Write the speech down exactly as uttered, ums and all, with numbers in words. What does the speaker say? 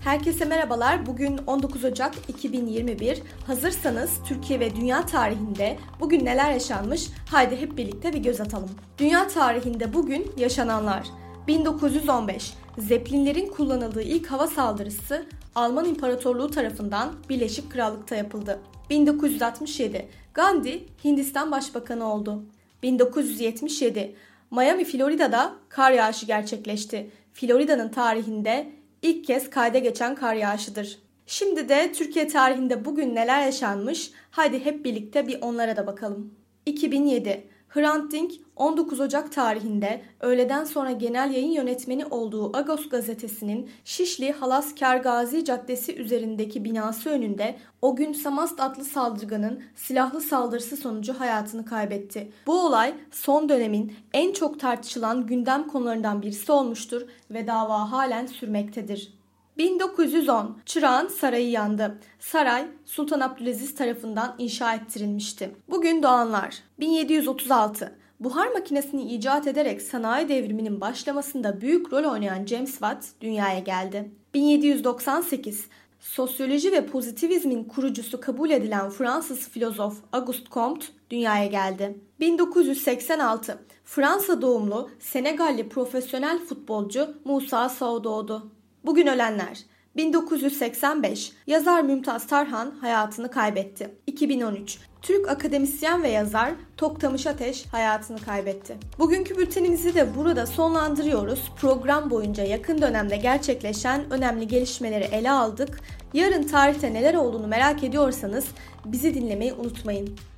Herkese merhabalar. Bugün on dokuz Ocak iki bin yirmi bir. Hazırsanız Türkiye ve dünya tarihinde bugün neler yaşanmış? Haydi hep birlikte bir göz atalım. Dünya tarihinde bugün yaşananlar. bin dokuz yüz on beş. Zeppelinlerin kullanıldığı ilk hava saldırısı Alman İmparatorluğu tarafından Birleşik Krallık'ta yapıldı. bin dokuz yüz altmış yedi. Gandhi Hindistan Başbakanı oldu. bin dokuz yüz yetmiş yedi. Miami, Florida'da kar yağışı gerçekleşti. Florida'nın tarihinde ilk kez kayda geçen kar yağışıdır. Şimdi de Türkiye tarihinde bugün neler yaşanmış? Haydi hep birlikte bir onlara da bakalım. iki bin yedi. Hrant Dink on dokuz Ocak tarihinde öğleden sonra genel yayın yönetmeni olduğu Agos gazetesinin Şişli Halaskar Gazi Caddesi üzerindeki binası önünde o gün Samast adlı saldırganın silahlı saldırısı sonucu hayatını kaybetti. Bu olay son dönemin en çok tartışılan gündem konularından birisi olmuştur ve dava halen sürmektedir. bin dokuz yüz on. Çırağan Sarayı yandı. Saray Sultan Abdülaziz tarafından inşa ettirilmişti. Bugün doğanlar. bin yedi yüz otuz altı. Buhar makinesini icat ederek sanayi devriminin başlamasında büyük rol oynayan James Watt dünyaya geldi. bin yedi yüz doksan sekiz. Sosyoloji ve pozitivizmin kurucusu kabul edilen Fransız filozof Auguste Comte dünyaya geldi. bin dokuz yüz seksen altı. Fransa doğumlu Senegalli profesyonel futbolcu Moussa Sow doğdu. Bugün ölenler. bin dokuz yüz seksen beş. Yazar Mümtaz Tarhan hayatını kaybetti. iki bin on üç. Türk akademisyen ve yazar Toktamış Ateş hayatını kaybetti. Bugünkü bültenimizi de burada sonlandırıyoruz. Program boyunca yakın dönemde gerçekleşen önemli gelişmeleri ele aldık. Yarın tarihte neler olduğunu merak ediyorsanız bizi dinlemeyi unutmayın.